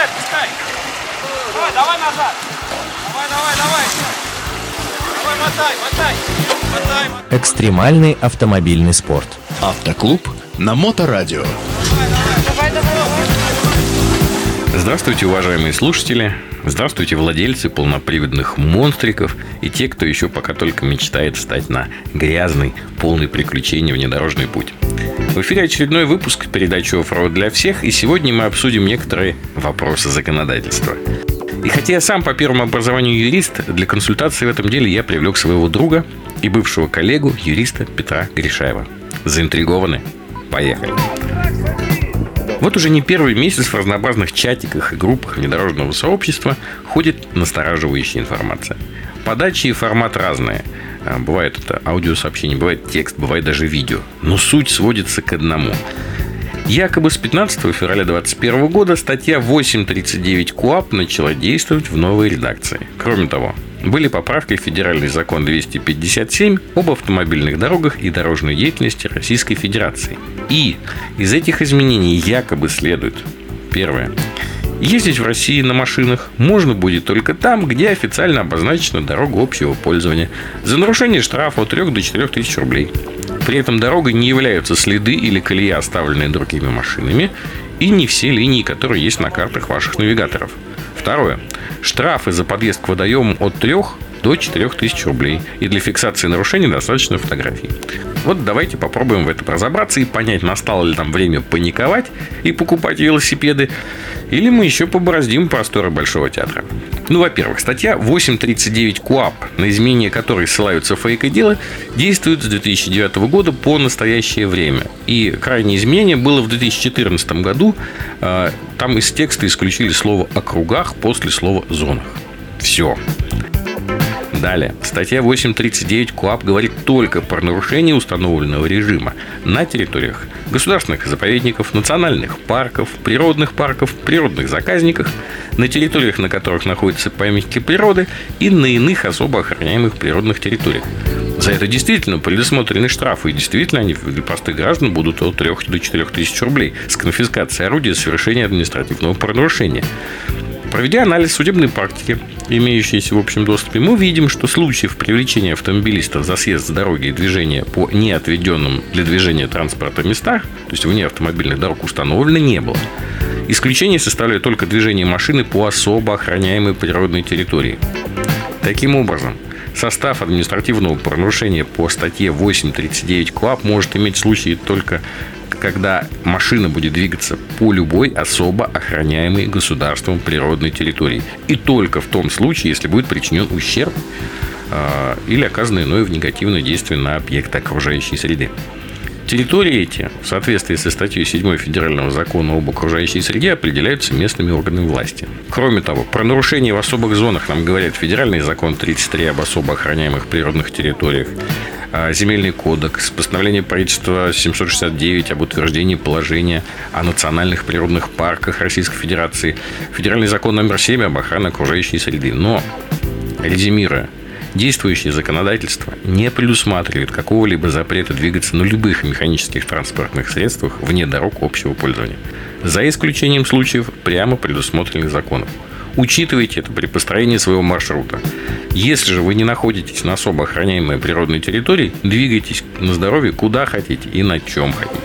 отпускай. Давай назад. Давай. Мотай. Экстремальный автомобильный спорт. Автоклуб на Моторадио. Давай. Здравствуйте, уважаемые слушатели. Здравствуйте, владельцы полноприводных монстриков и те, кто еще пока только мечтает встать на грязный, полный приключений внедорожный путь. В эфире очередной выпуск передачи «Оффроуд для всех», и сегодня мы обсудим некоторые вопросы законодательства. И хотя я сам по первому образованию юрист, для консультации в этом деле я привлек своего друга и бывшего коллегу, юриста Петра Гришаева. Заинтригованы? Поехали! Вот уже не первый месяц в разнообразных чатиках и группах внедорожного сообщества ходит настораживающая информация. Подачи и формат разные. Бывает это аудиосообщение, бывает текст, бывает даже видео. Но суть сводится к одному. Якобы с 15 февраля 2021 года статья 8.39 КоАП начала действовать в новой редакции. Кроме того, были поправки в Федеральный закон 257 об автомобильных дорогах и дорожной деятельности Российской Федерации. И из этих изменений якобы следует: первое. Ездить в России на машинах можно будет только там, где официально обозначена дорога общего пользования. За нарушение штрафа от 3 до 4 тысяч рублей. При этом дорогой не являются следы или колея, оставленные другими машинами, и не все линии, которые есть на картах ваших навигаторов. Второе. Штрафы за подъезд к водоемам от 3 до 4 тысяч рублей. И для фиксации нарушений достаточно фотографий. Вот давайте попробуем в этом разобраться и понять, настало ли там время паниковать и покупать велосипеды, или мы еще побороздим просторы Большого театра. Ну, во-первых, статья 8.39 КоАП, на изменение которой ссылаются фейк-отделы, действует с 2009 года по настоящее время. И крайнее изменение было в 2014 году. Там из текста исключили слово «округах» после слова «зонах». Все. Далее. Статья 8.39 КоАП говорит только про нарушение установленного режима на территориях государственных заповедников, национальных парков, природных заказников, на территориях, на которых находятся памятники природы, и на иных особо охраняемых природных территориях. За это действительно предусмотрены штрафы, и действительно они для простых граждан будут от 3 до 4 тысяч рублей с конфискацией орудия совершения административного правонарушения. Проведя анализ судебной практики, имеющейся в общем доступе, мы видим, что случаев привлечения автомобилистов за съезд с дороги и движения по неотведенным для движения транспорта местах, то есть вне автомобильных дорог, установлено не было. Исключение составляет только движение машины по особо охраняемой природной территории. Таким образом, состав административного правонарушения по статье 8.39 КоАП может иметь случаи только когда машина будет двигаться по любой особо охраняемой государством природной территории. И только в том случае, если будет причинен ущерб или оказано иное негативное действие на объекты окружающей среды. Территории эти, в соответствии со статьей 7 Федерального закона об окружающей среде, определяются местными органами власти. Кроме того, про нарушения в особых зонах нам говорят Федеральный закон 33 об особо охраняемых природных территориях, Земельный кодекс, постановление правительства 769 об утверждении положения о национальных природных парках Российской Федерации, Федеральный закон номер 7 об охране окружающей среды. Но, резюмируя, действующее законодательство не предусматривает какого-либо запрета двигаться на любых механических транспортных средствах вне дорог общего пользования, за исключением случаев, прямо предусмотренных законом. Учитывайте это при построении своего маршрута. Если же вы не находитесь на особо охраняемой природной территории, двигайтесь на здоровье куда хотите и на чем хотите.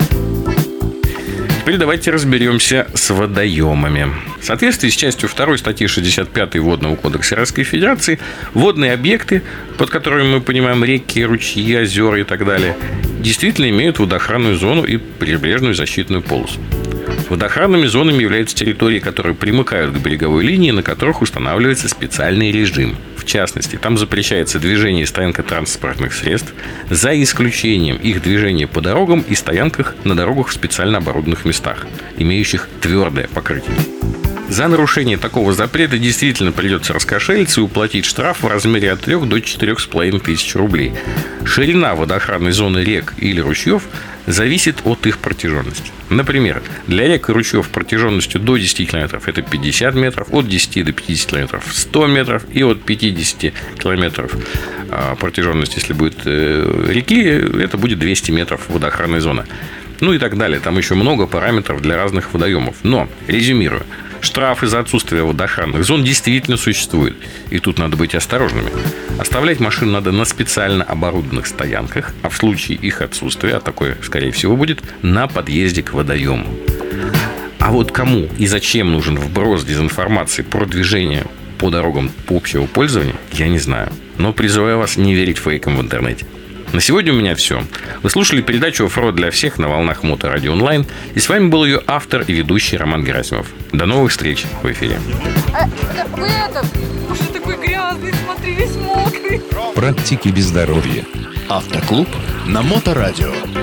Теперь давайте разберемся с водоемами. В соответствии с частью 2 статьи 65 Водного кодекса Российской Федерации, водные объекты, под которыми мы понимаем реки, ручьи, озера и так далее, действительно имеют водоохранную зону и прибрежную защитную полосу. Водоохранными зонами являются территории, которые примыкают к береговой линии, на которых устанавливается специальный режим. В частности, там запрещается движение и стоянка транспортных средств, за исключением их движения по дорогам и стоянках на дорогах в специально оборудованных местах, имеющих твердое покрытие. За нарушение такого запрета действительно придется раскошелиться и уплатить штраф в размере от 3 до 4,5 тысяч рублей. Ширина водоохранной зоны рек или ручьев зависит от их протяженности. Например, для рек и ручьев протяженностью до 10 км это 50 метров, от 10 до 50 км 100 метров и от 50 км протяженность, если будет реки, это будет 200 метров водоохранной зоны. Ну и так далее. Там еще много параметров для разных водоемов. Но, резюмируя, Штрафы за отсутствие водоохранных зон действительно существуют. И тут надо быть осторожными. Оставлять машину надо на специально оборудованных стоянках, а в случае их отсутствия, а такое, скорее всего, будет, на подъезде к водоему. А вот кому и зачем нужен вброс дезинформации про движение по дорогам общего пользования, я не знаю. Но призываю вас не верить фейкам в интернете. На сегодня у меня все. Вы слушали передачу «Оффроуд для всех» на волнах Моторадио Онлайн. И с вами был ее автор и ведущий Роман Герасимов. До новых встреч в эфире. Вы это... Что такой грязный, смотри, весь мокрый. Практики без здоровья. Автоклуб на Моторадио.